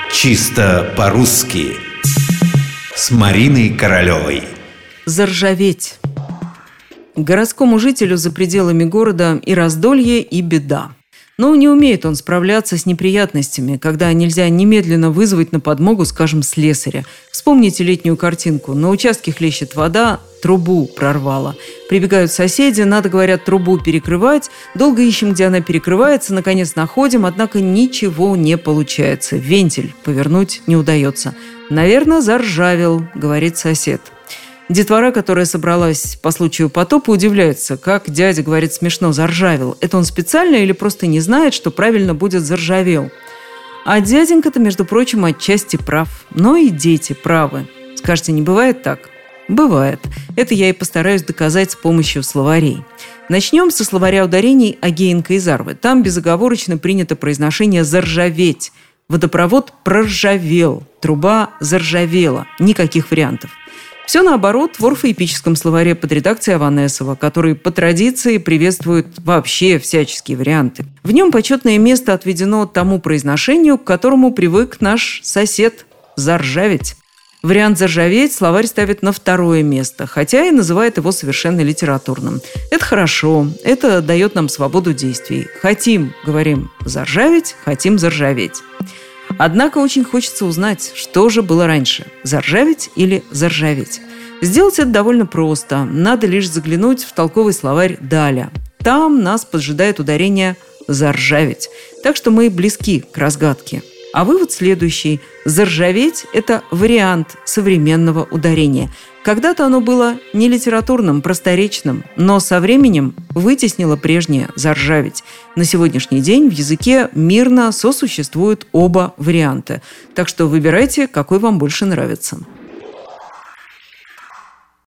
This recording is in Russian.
Чисто по-русски с Мариной Королевой. Заржаветь. Городскому жителю за пределами города и раздолье, и беда. Но не умеет он справляться с неприятностями, когда нельзя немедленно вызвать на подмогу, скажем, слесаря. Вспомните летнюю картинку. На участке хлещет вода, трубу прорвало. Прибегают соседи, надо, говорят, трубу перекрывать. Долго ищем, где она перекрывается, наконец находим, однако ничего не получается. Вентиль повернуть не удается. «Наверное, заржавел», — говорит сосед. Детвора, которая собралась по случаю потопа, удивляется, как дядя говорит смешно «заржавел». Это он специально или просто не знает, что правильно будет «заржавел»? А дяденька-то, между прочим, отчасти прав. Но и дети правы. Скажете, не бывает так? Бывает. Это я и постараюсь доказать с помощью словарей. Начнем со словаря ударений Агеенко и Зарвы. Там безоговорочно принято произношение «заржаветь». Водопровод проржавел, труба заржавела. Никаких вариантов. Все наоборот в орфоэпическом словаре под редакцией Аванесова, который по традиции приветствует вообще всяческие варианты. В нем почетное место отведено тому произношению, к которому привык наш сосед – заржаветь. Вариант «заржаветь» словарь ставит на второе место, хотя и называет его совершенно литературным. Это хорошо, это дает нам свободу действий. Хотим, говорим, заржаветь, хотим заржаветь. Однако очень хочется узнать, что же было раньше – заржаветь или заржаветь. Сделать это довольно просто. Надо лишь заглянуть в толковый словарь «Даля». Там нас поджидает ударение «заржаветь». Так что мы близки к разгадке. А вывод следующий. Заржаветь – это вариант современного ударения. Когда-то оно было не литературным, просторечным, но со временем вытеснило прежнее заржаветь. На сегодняшний день в языке мирно сосуществуют оба варианта. Так что выбирайте, какой вам больше нравится.